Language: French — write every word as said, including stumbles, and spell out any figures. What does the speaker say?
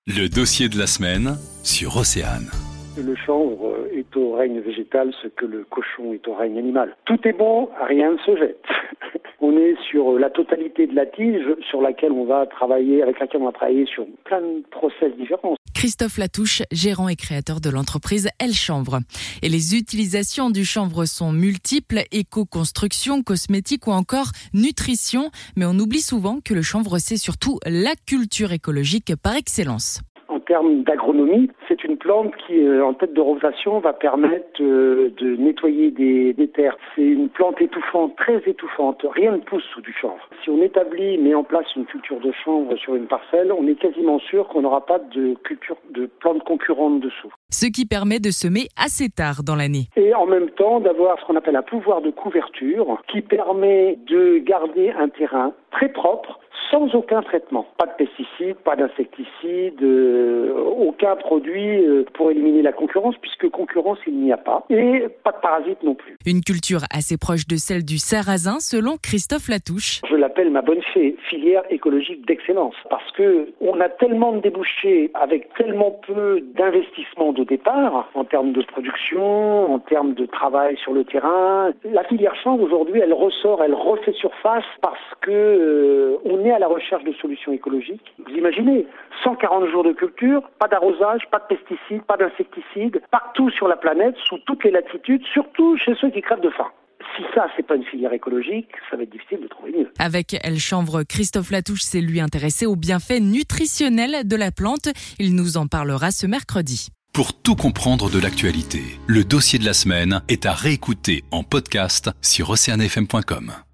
Le dossier de la semaine sur Océane. Le chanvre est au règne végétal ce que le cochon est au règne animal. Tout est bon, rien ne se jette. On est sur la totalité de la tige sur laquelle on va travailler, avec laquelle on va travailler sur plein de process différents. Christophe Latouche, gérant et créateur de l'entreprise El Chanvre. Et les utilisations du chanvre sont multiples, éco-construction, cosmétique ou encore nutrition. Mais on oublie souvent que le chanvre, c'est surtout la culture écologique par excellence. En termes d'agronomie, c'est une plante qui, euh, en tête de rotation, va permettre euh, de nettoyer des, des terres. C'est une plante étouffante, très étouffante. Rien ne pousse sous du chanvre. Si on établit, met en place une culture de chanvre sur une parcelle, on est quasiment sûr qu'on n'aura pas de culture de plante concurrente dessous. Ce qui permet de semer assez tard dans l'année. Et en même temps, d'avoir ce qu'on appelle un pouvoir de couverture qui permet de garder un terrain très propre, sans aucun traitement. Pas de pesticides, pas d'insecticides, euh, aucun produit euh, pour éliminer la concurrence, puisque concurrence il n'y a pas, et pas de parasites non plus. Une culture assez proche de celle du sarrasin, selon Christophe Latouche. Je l'appelle ma bonne fée, filière écologique d'excellence, parce que on a tellement de débouchés avec tellement peu d'investissement de départ, en termes de production, en termes de travail sur le terrain. La filière chanvre aujourd'hui, elle ressort, elle refait surface, parce que euh, on est à la recherche de solutions écologiques. Vous imaginez, cent quarante jours de culture, pas d'arrosage, pas de pesticides, pas d'insecticides, partout sur la planète, sous toutes les latitudes, surtout chez ceux qui crèvent de faim. Si ça, c'est pas une filière écologique, ça va être difficile de trouver mieux. Avec El Chanvre, Christophe Latouche s'est lui intéressé aux bienfaits nutritionnels de la plante. Il nous en parlera ce mercredi. Pour tout comprendre de l'actualité, le dossier de la semaine est à réécouter en podcast sur océane f m point com.